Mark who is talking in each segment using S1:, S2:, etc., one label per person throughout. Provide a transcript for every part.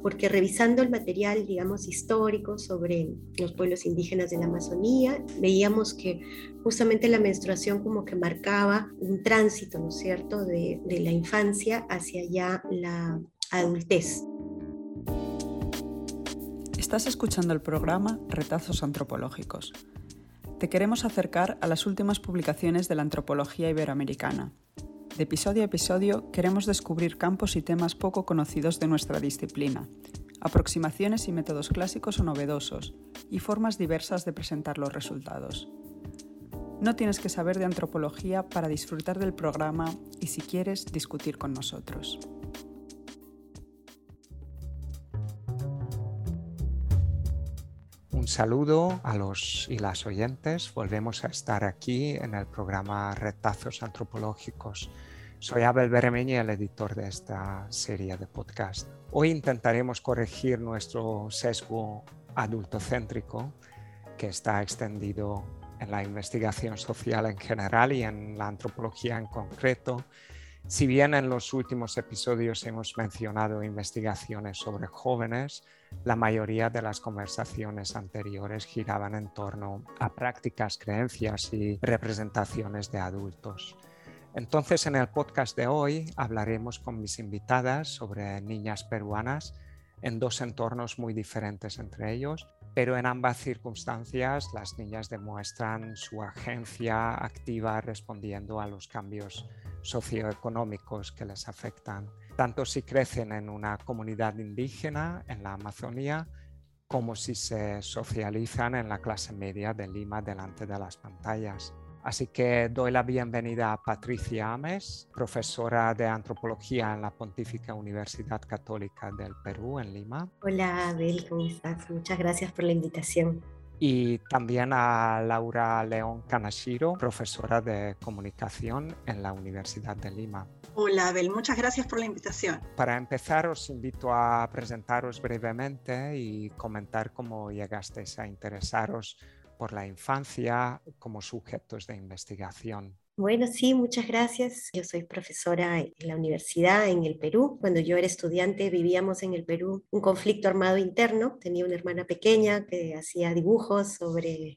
S1: porque revisando el material, digamos, histórico sobre los pueblos indígenas de la Amazonía, veíamos que justamente la menstruación como que marcaba un tránsito, ¿no es cierto?, de la infancia hacia ya la adultez.
S2: Estás escuchando el programa Retazos Antropológicos. Te queremos acercar a las últimas publicaciones de la antropología iberoamericana. De episodio a episodio queremos descubrir campos y temas poco conocidos de nuestra disciplina, aproximaciones y métodos clásicos o novedosos, y formas diversas de presentar los resultados. No tienes que saber de antropología para disfrutar del programa y, si quieres, discutir con nosotros.
S3: Un saludo a los y las oyentes. Volvemos a estar aquí en el programa Retazos Antropológicos. Soy Abel Beremeni, el editor de esta serie de podcast. Hoy intentaremos corregir nuestro sesgo adultocéntrico que está extendido en la investigación social en general y en la antropología en concreto. Si bien en los últimos episodios hemos mencionado investigaciones sobre jóvenes, la mayoría de las conversaciones anteriores giraban en torno a prácticas, creencias y representaciones de adultos. Entonces, en el podcast de hoy hablaremos con mis invitadas sobre niñas peruanas en dos entornos muy diferentes entre ellos, pero en ambas circunstancias las niñas demuestran su agencia activa respondiendo a los cambios socioeconómicos que les afectan, tanto si crecen en una comunidad indígena en la Amazonía como si se socializan en la clase media de Lima delante de las pantallas. Así que doy la bienvenida a Patricia Ames, profesora de antropología en la Pontificia Universidad Católica del Perú en Lima.
S1: Hola Abel, ¿cómo estás? Muchas gracias por la invitación.
S3: Y también a Laura León Kanashiro, profesora de comunicación en la Universidad de Lima.
S4: Hola Abel, muchas gracias por la invitación.
S3: Para empezar, os invito a presentaros brevemente y comentar cómo llegasteis a interesaros por la infancia como sujetos de investigación.
S1: Bueno, sí, muchas gracias. Yo soy profesora en la universidad en el Perú. Cuando yo era estudiante vivíamos en el Perú un conflicto armado interno. Tenía una hermana pequeña que hacía dibujos sobre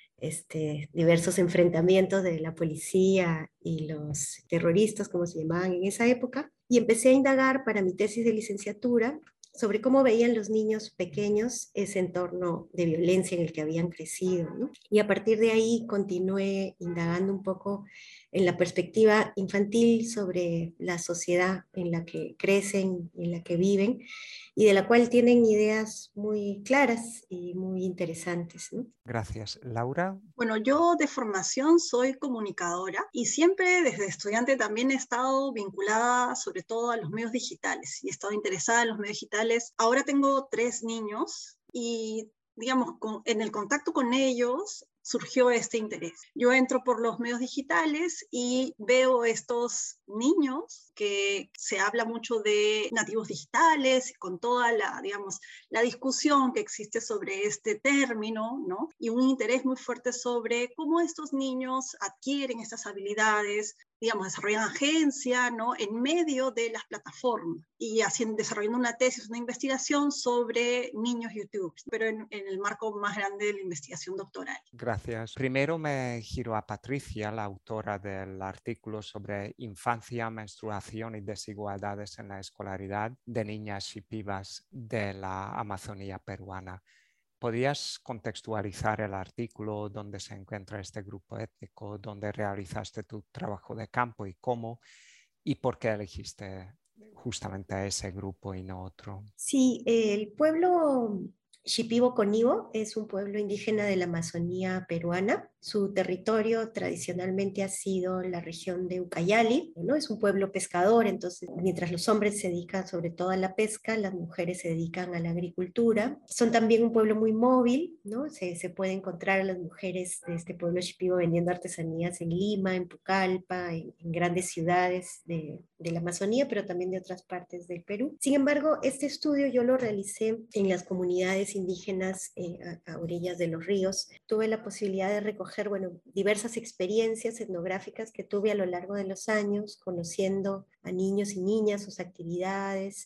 S1: diversos enfrentamientos de la policía y los terroristas, como se llamaban en esa época. Y empecé a indagar para mi tesis de licenciatura sobre cómo veían los niños pequeños ese entorno de violencia en el que habían crecido, ¿no? Y a partir de ahí continué indagando un poco en la perspectiva infantil sobre la sociedad en la que crecen, en la que viven, y de la cual tienen ideas muy claras y muy interesantes, ¿no?
S3: Gracias. Laura.
S4: Bueno, yo de formación soy comunicadora y siempre desde estudiante también he estado vinculada sobre todo a los medios digitales y he estado interesada en los medios digitales. Ahora tengo 3 niños y digamos, en el contacto con ellos surgió este interés. Yo entro por los medios digitales y veo estos niños que se habla mucho de nativos digitales, con toda la, digamos, la discusión que existe sobre este término, ¿no? Y un interés muy fuerte sobre cómo estos niños adquieren estas habilidades, digamos, desarrollan agencia, ¿no? En medio de las plataformas y desarrollando una tesis, una investigación sobre niños YouTube, pero en el marco más grande de la investigación doctoral.
S3: Gracias. Primero me giro a Patricia, la autora del artículo sobre infancia, menstruación y desigualdades en la escolaridad de niñas y pibas de la Amazonía peruana. ¿Podrías contextualizar el artículo, dónde se encuentra este grupo étnico, dónde realizaste tu trabajo de campo y cómo, y por qué elegiste justamente a ese grupo y no otro?
S1: Sí, el pueblo Shipibo Conibo es un pueblo indígena de la Amazonía peruana. Su territorio tradicionalmente ha sido la región de Ucayali, ¿no? Es un pueblo pescador, entonces mientras los hombres se dedican sobre todo a la pesca, las mujeres se dedican a la agricultura. Son también un pueblo muy móvil, ¿no? Se puede encontrar a las mujeres de este pueblo Shipibo vendiendo artesanías en Lima, en Pucallpa, en grandes ciudades de la Amazonía, pero también de otras partes del Perú. Sin embargo, este estudio yo lo realicé en las comunidades indígenas a orillas de los ríos. Tuve la posibilidad de recoger diversas experiencias etnográficas que tuve a lo largo de los años, conociendo a niños y niñas, sus actividades,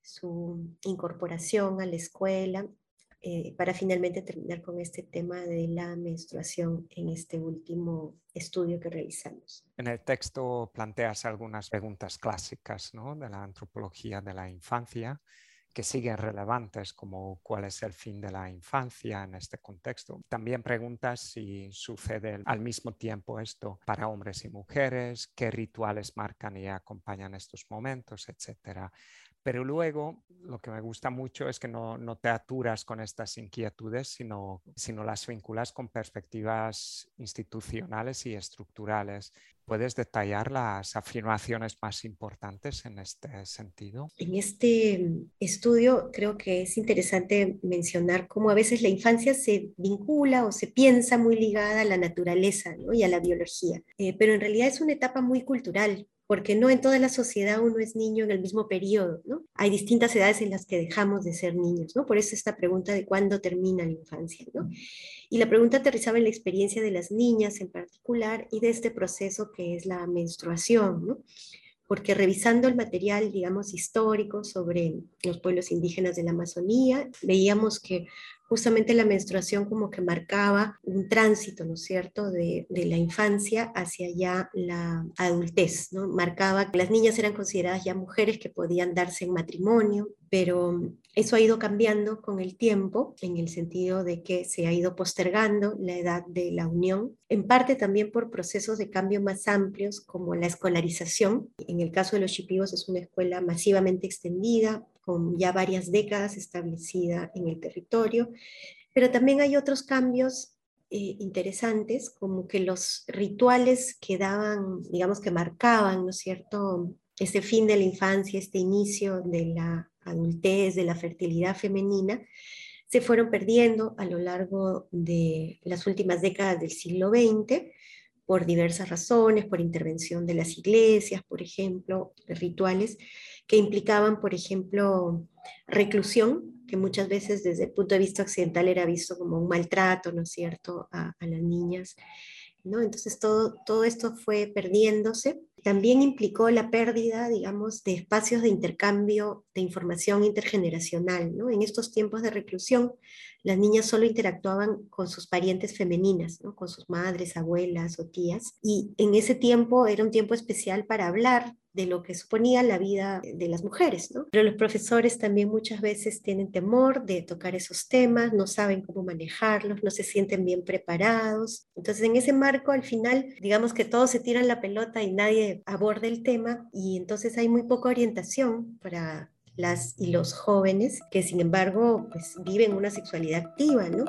S1: su incorporación a la escuela, para finalmente terminar con este tema de la menstruación en este último estudio que realizamos.
S3: En el texto planteas algunas preguntas clásicas, ¿no?, de la antropología de la infancia, que siguen relevantes, como cuál es el fin de la infancia en este contexto. También preguntas si sucede al mismo tiempo esto para hombres y mujeres, qué rituales marcan y acompañan estos momentos, etcétera. Pero luego lo que me gusta mucho es que no te aturas con estas inquietudes, sino las vinculas con perspectivas institucionales y estructurales. ¿Puedes detallar las afirmaciones más importantes en este sentido?
S1: En este estudio creo que es interesante mencionar cómo a veces la infancia se vincula o se piensa muy ligada a la naturaleza, ¿no?, y a la biología, pero en realidad es una etapa muy cultural, porque no en toda la sociedad uno es niño en el mismo periodo, ¿no? Hay distintas edades en las que dejamos de ser niños, ¿no? Por eso esta pregunta de cuándo termina la infancia, ¿no? Y la pregunta aterrizaba en la experiencia de las niñas en particular y de este proceso que es la menstruación, ¿no? Porque revisando el material, digamos, histórico sobre los pueblos indígenas de la Amazonía, veíamos que justamente la menstruación como que marcaba un tránsito, ¿no es cierto?, de la infancia hacia ya la adultez, ¿no? Marcaba que las niñas eran consideradas ya mujeres que podían darse en matrimonio, pero eso ha ido cambiando con el tiempo, en el sentido de que se ha ido postergando la edad de la unión, en parte también por procesos de cambio más amplios, como la escolarización. En el caso de los Shipibos es una escuela masivamente extendida, con ya varias décadas establecida en el territorio, pero también hay otros cambios interesantes, como que los rituales que daban, digamos que marcaban, ¿no es cierto?, este fin de la infancia, este inicio de la adultez, de la fertilidad femenina, se fueron perdiendo a lo largo de las últimas décadas del siglo XX, por diversas razones, por intervención de las iglesias, por ejemplo, de rituales que implicaban, por ejemplo, reclusión, que muchas veces desde el punto de vista occidental era visto como un maltrato, ¿no es cierto?, a las niñas, ¿no? Entonces todo esto fue perdiéndose. También implicó la pérdida, digamos, de espacios de intercambio de información intergeneracional, ¿no? En estos tiempos de reclusión, las niñas solo interactuaban con sus parientes femeninas, ¿no?, con sus madres, abuelas o tías, y en ese tiempo era un tiempo especial para hablar de lo que suponía la vida de las mujeres, ¿no? Pero los profesores también muchas veces tienen temor de tocar esos temas, no saben cómo manejarlos, no se sienten bien preparados. Entonces, en ese marco, al final, digamos que todos se tiran la pelota y nadie aborda el tema, y entonces hay muy poca orientación para las y los jóvenes que, sin embargo, pues viven una sexualidad activa, ¿no?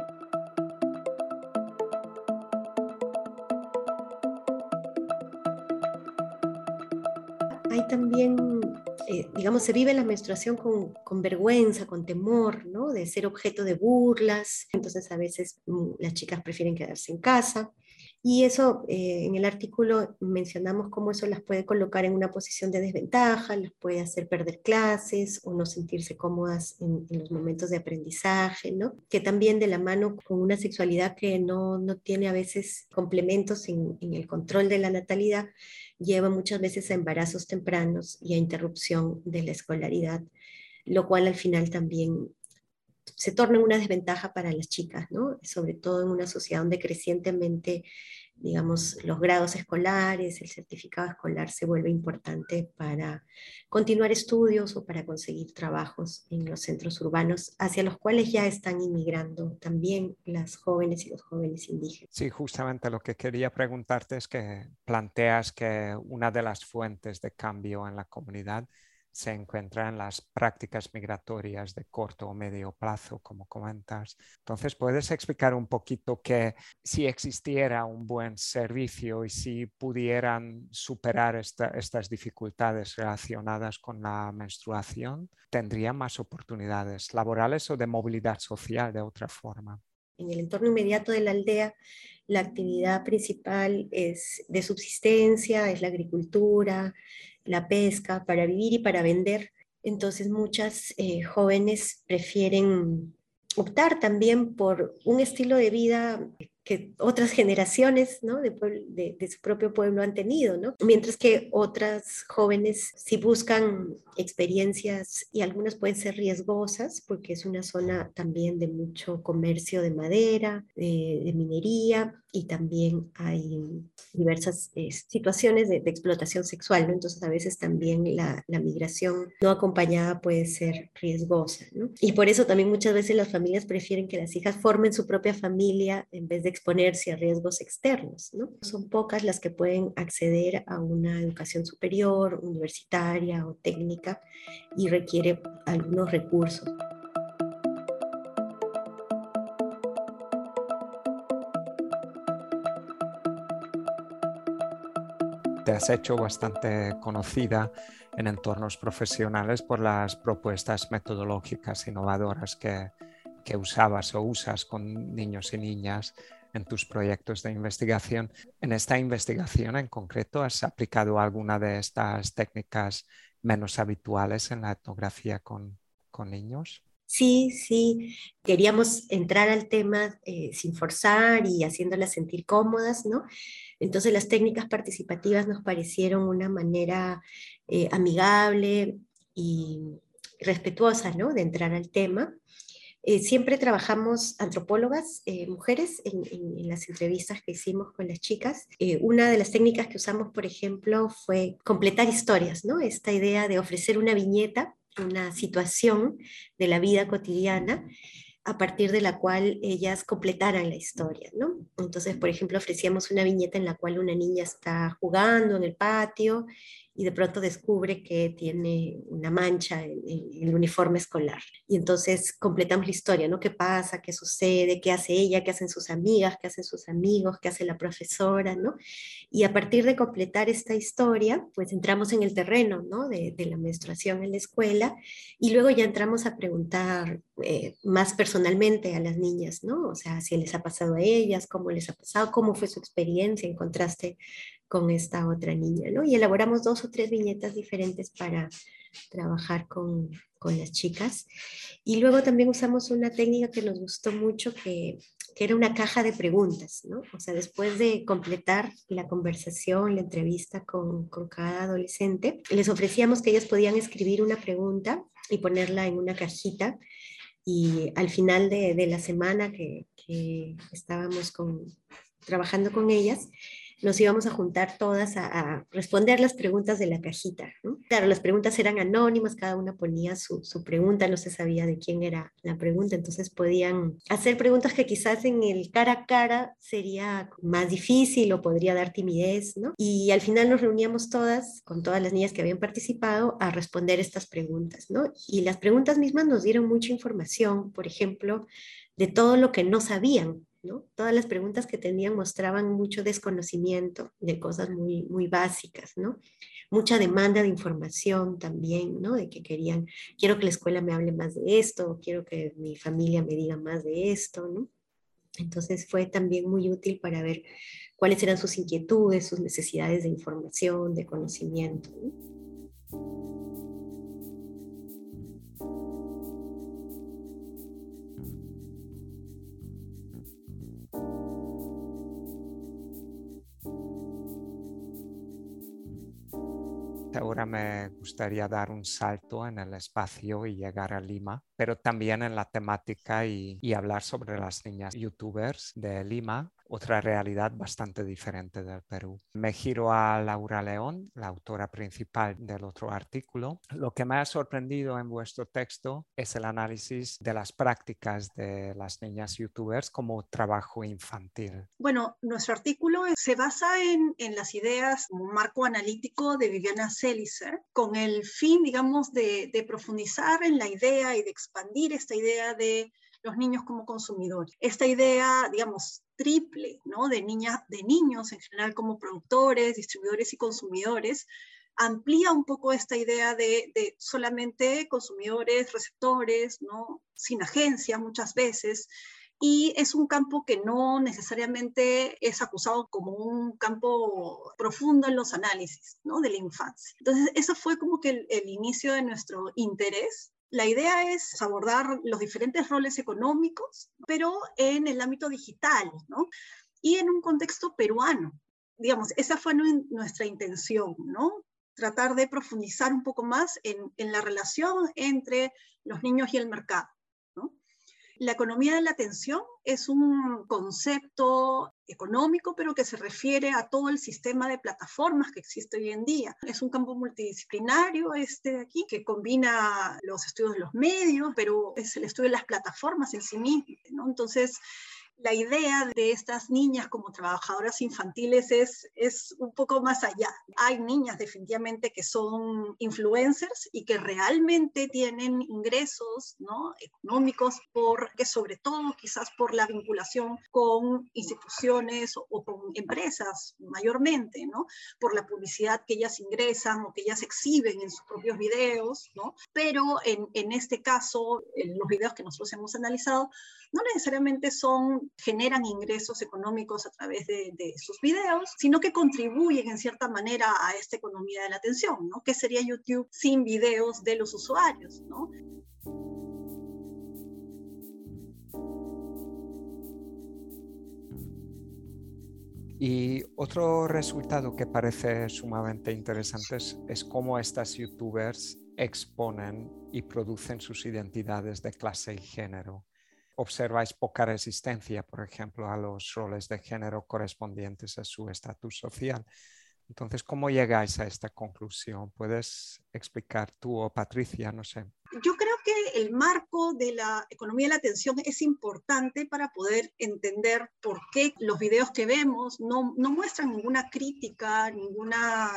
S1: Hay también, digamos, se vive la menstruación con vergüenza, con temor, ¿no?, de ser objeto de burlas. Entonces a veces las chicas prefieren quedarse en casa. Y eso, en el artículo mencionamos cómo eso las puede colocar en una posición de desventaja, las puede hacer perder clases o no sentirse cómodas en los momentos de aprendizaje, ¿no? Que también de la mano con una sexualidad que no tiene a veces complementos en el control de la natalidad, lleva muchas veces a embarazos tempranos y a interrupción de la escolaridad, lo cual al final también se torna una desventaja para las chicas, ¿no? Sobre todo en una sociedad donde crecientemente, digamos, los grados escolares, el certificado escolar se vuelve importante para continuar estudios o para conseguir trabajos en los centros urbanos, hacia los cuales ya están inmigrando también las jóvenes y los jóvenes indígenas.
S3: Sí, justamente lo que quería preguntarte es que planteas que una de las fuentes de cambio en la comunidad se encuentra en las prácticas migratorias de corto o medio plazo, como comentas. Entonces, ¿puedes explicar un poquito que si existiera un buen servicio y si pudieran superar estas dificultades relacionadas con la menstruación, tendrían más oportunidades laborales o de movilidad social de otra forma?
S1: En el entorno inmediato de la aldea, la actividad principal es de subsistencia, es la agricultura, la pesca, para vivir y para vender. Entonces muchas jóvenes prefieren optar también por un estilo de vida que otras generaciones, ¿no? de su propio pueblo han tenido, ¿no? Mientras que otras jóvenes sí buscan experiencias y algunas pueden ser riesgosas porque es una zona también de mucho comercio de madera, de minería, y también hay diversas situaciones de explotación sexual, ¿no? Entonces a veces también la migración no acompañada puede ser riesgosa, ¿no? Y por eso también muchas veces las familias prefieren que las hijas formen su propia familia en vez de exponerse a riesgos externos, ¿no? Son pocas las que pueden acceder a una educación superior, universitaria o técnica, y requiere algunos recursos.
S3: Te has hecho bastante conocida en entornos profesionales por las propuestas metodológicas innovadoras que usabas o usas con niños y niñas en tus proyectos de investigación. En esta investigación en concreto, ¿has aplicado alguna de estas técnicas menos habituales en la etnografía con niños?
S1: Sí, sí, queríamos entrar al tema sin forzar y haciéndolas sentir cómodas, ¿no? Entonces las técnicas participativas nos parecieron una manera amigable y respetuosa, ¿no? De entrar al tema. Siempre trabajamos antropólogas, mujeres, en las entrevistas que hicimos con las chicas. Una de las técnicas que usamos, por ejemplo, fue completar historias, ¿no? Esta idea de ofrecer una viñeta, una situación de la vida cotidiana, a partir de la cual ellas completaran la historia, ¿no? Entonces, por ejemplo, ofrecíamos una viñeta en la cual una niña está jugando en el patio y de pronto descubre que tiene una mancha en el uniforme escolar. Y entonces completamos la historia, ¿no? ¿Qué pasa? ¿Qué sucede? ¿Qué hace ella? ¿Qué hacen sus amigas? ¿Qué hacen sus amigos? ¿Qué hace la profesora? ¿No? Y a partir de completar esta historia, pues entramos en el terreno, ¿no? de la menstruación en la escuela, y luego ya entramos a preguntar más personalmente a las niñas, ¿no? O sea, si les ha pasado a ellas, cómo les ha pasado, cómo fue su experiencia en contraste con esta otra niña, ¿no? Y elaboramos 2 o 3 viñetas diferentes para trabajar con las chicas. Y luego también usamos una técnica que nos gustó mucho, que era una caja de preguntas, ¿no? O sea, después de completar la conversación, la entrevista con cada adolescente, les ofrecíamos que ellas podían escribir una pregunta y ponerla en una cajita, y al final de la semana que estábamos trabajando con ellas, nos íbamos a juntar todas a responder las preguntas de la cajita, ¿no? Claro, las preguntas eran anónimas, cada una ponía su pregunta, no se sabía de quién era la pregunta, entonces podían hacer preguntas que quizás en el cara a cara sería más difícil o podría dar timidez, ¿no? Y al final nos reuníamos todas, con todas las niñas que habían participado, a responder estas preguntas, ¿no? Y las preguntas mismas nos dieron mucha información, por ejemplo, de todo lo que no sabían, ¿no? Todas las preguntas que tenían mostraban mucho desconocimiento de cosas muy, muy básicas, ¿no? Mucha demanda de información también, ¿no? De que querían, quiero que la escuela me hable más de esto, quiero que mi familia me diga más de esto, ¿no? Entonces fue también muy útil para ver cuáles eran sus inquietudes, sus necesidades de información, de conocimiento, ¿no?
S3: Ahora me gustaría dar un salto en el espacio y llegar a Lima, pero también en la temática y hablar sobre las niñas youtubers de Lima, otra realidad bastante diferente del Perú. Me giro a Laura León, la autora principal del otro artículo. Lo que me ha sorprendido en vuestro texto es el análisis de las prácticas de las niñas youtubers como trabajo infantil.
S4: Bueno, nuestro artículo se basa en las ideas, un marco analítico de Viviana Zelizer, con el fin, digamos, de profundizar en la idea y de expandir esta idea de los niños como consumidores. Esta idea, digamos, triple, ¿no? De niños en general como productores, distribuidores y consumidores, amplía un poco esta idea de solamente consumidores, receptores, ¿no? Sin agencia muchas veces. Y es un campo que no necesariamente es acusado como un campo profundo en los análisis, ¿no? De la infancia. Entonces, eso fue como que el inicio de nuestro interés La idea es abordar los diferentes roles económicos, pero en el ámbito digital, ¿no? Y en un contexto peruano. Digamos, esa fue nuestra intención, ¿no? Tratar de profundizar un poco más en la relación entre los niños y el mercado, ¿no? La economía de la atención es un concepto económico, pero que se refiere a todo el sistema de plataformas que existe hoy en día. Es un campo multidisciplinario de aquí, que combina los estudios de los medios, pero es el estudio de las plataformas en sí mismas, ¿no? Entonces, la idea de estas niñas como trabajadoras infantiles es un poco más allá. Hay niñas definitivamente que son influencers y que realmente tienen ingresos, ¿no?, económicos, sobre todo quizás por la vinculación con instituciones o con empresas mayormente, ¿no?, por la publicidad que ellas ingresan o que ellas exhiben en sus propios videos, ¿no? Pero en este caso, en los videos que nosotros hemos analizado, no necesariamente generan ingresos económicos a través de sus videos, sino que contribuyen en cierta manera a esta economía de la atención, ¿no? ¿Qué sería YouTube sin videos de los usuarios, ¿no?
S3: Y otro resultado que parece sumamente interesante es cómo estas youtubers exponen y producen sus identidades de clase y género. Observáis poca resistencia, por ejemplo, a los roles de género correspondientes a su estatus social. Entonces, ¿cómo llegáis a esta conclusión? ¿Puedes explicar tú o Patricia? No sé.
S4: Yo creo que el marco de la economía de la atención es importante para poder entender por qué los videos que vemos no muestran ninguna crítica, ninguna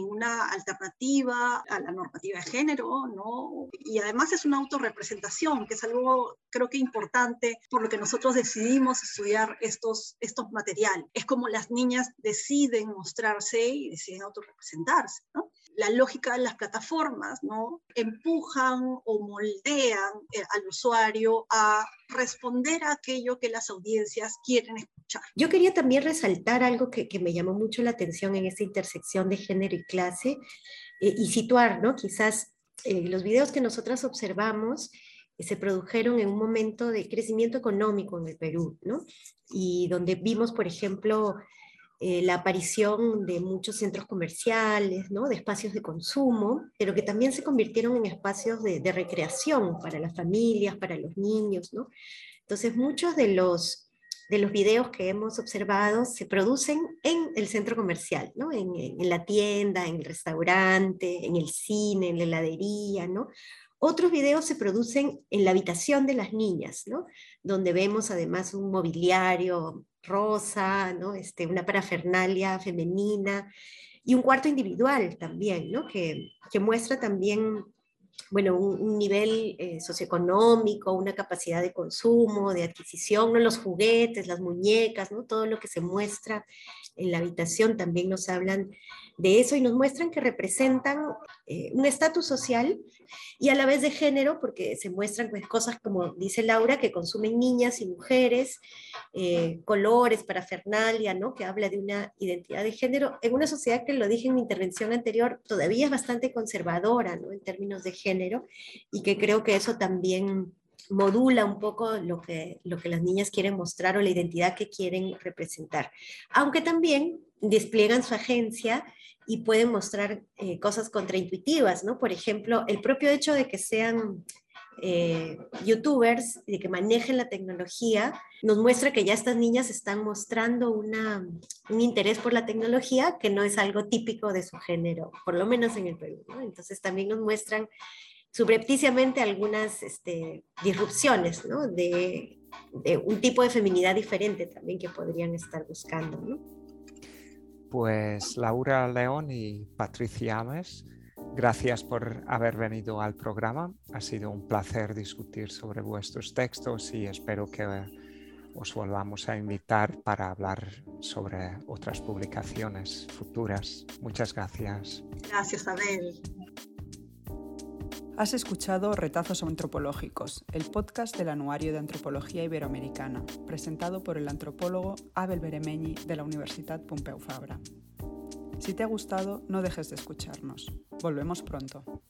S4: alternativa a la normativa de género, ¿no? Y además es una autorrepresentación, que es algo creo que importante por lo que nosotros decidimos estudiar estos materiales. Es como las niñas deciden mostrarse y deciden autorrepresentarse, ¿no? La lógica de las plataformas, ¿no?, empujan o moldean al usuario a responder a aquello que las audiencias quieren escuchar.
S1: Yo quería también resaltar algo que me llamó mucho la atención en esta intersección de género y clase y situar, ¿no? Quizás los videos que nosotras observamos se produjeron en un momento de crecimiento económico en el Perú, ¿no? Y donde vimos, por ejemplo, la aparición de muchos centros comerciales, ¿no?, de espacios de consumo, pero que también se convirtieron en espacios de recreación para las familias, para los niños, ¿no? Entonces, muchos de los videos que hemos observado se producen en el centro comercial, ¿no?, en la tienda, en el restaurante, en el cine, en la heladería, ¿no? Otros videos se producen en la habitación de las niñas, ¿no?, donde vemos además un mobiliario rosa, ¿no?, una parafernalia femenina y un cuarto individual también, ¿no?, que muestra también, bueno, un nivel socioeconómico, una capacidad de consumo, de adquisición, ¿no?, los juguetes, las muñecas, ¿no?, todo lo que se muestra en la habitación también nos hablan de eso y nos muestran que representan un estatus social y a la vez de género, porque se muestran pues, cosas como dice Laura, que consumen niñas y mujeres, colores, parafernalia, ¿no?, que habla de una identidad de género, en una sociedad que, lo dije en mi intervención anterior, todavía es bastante conservadora, ¿no?, en términos de género, y que creo que eso también modula un poco lo que las niñas quieren mostrar o la identidad que quieren representar. Aunque también despliegan su agencia y pueden mostrar cosas contraintuitivas, ¿no? Por ejemplo, el propio hecho de que sean youtubers, de que manejen la tecnología, nos muestra que ya estas niñas están mostrando un interés por la tecnología que no es algo típico de su género, por lo menos en el Perú, ¿no? Entonces también nos muestran subrepticiamente algunas disrupciones, ¿no?, de un tipo de feminidad diferente también que podrían estar buscando, ¿no?
S3: Pues Laura León y Patricia Ames, gracias por haber venido al programa. Ha sido un placer discutir sobre vuestros textos y espero que os volvamos a invitar para hablar sobre otras publicaciones futuras. Muchas gracias.
S4: Gracias, Abel.
S2: Has escuchado Retazos Antropológicos, el podcast del Anuario de Antropología Iberoamericana, presentado por el antropólogo Abel Beremeñi de la Universitat Pompeu Fabra. Si te ha gustado, no dejes de escucharnos. Volvemos pronto.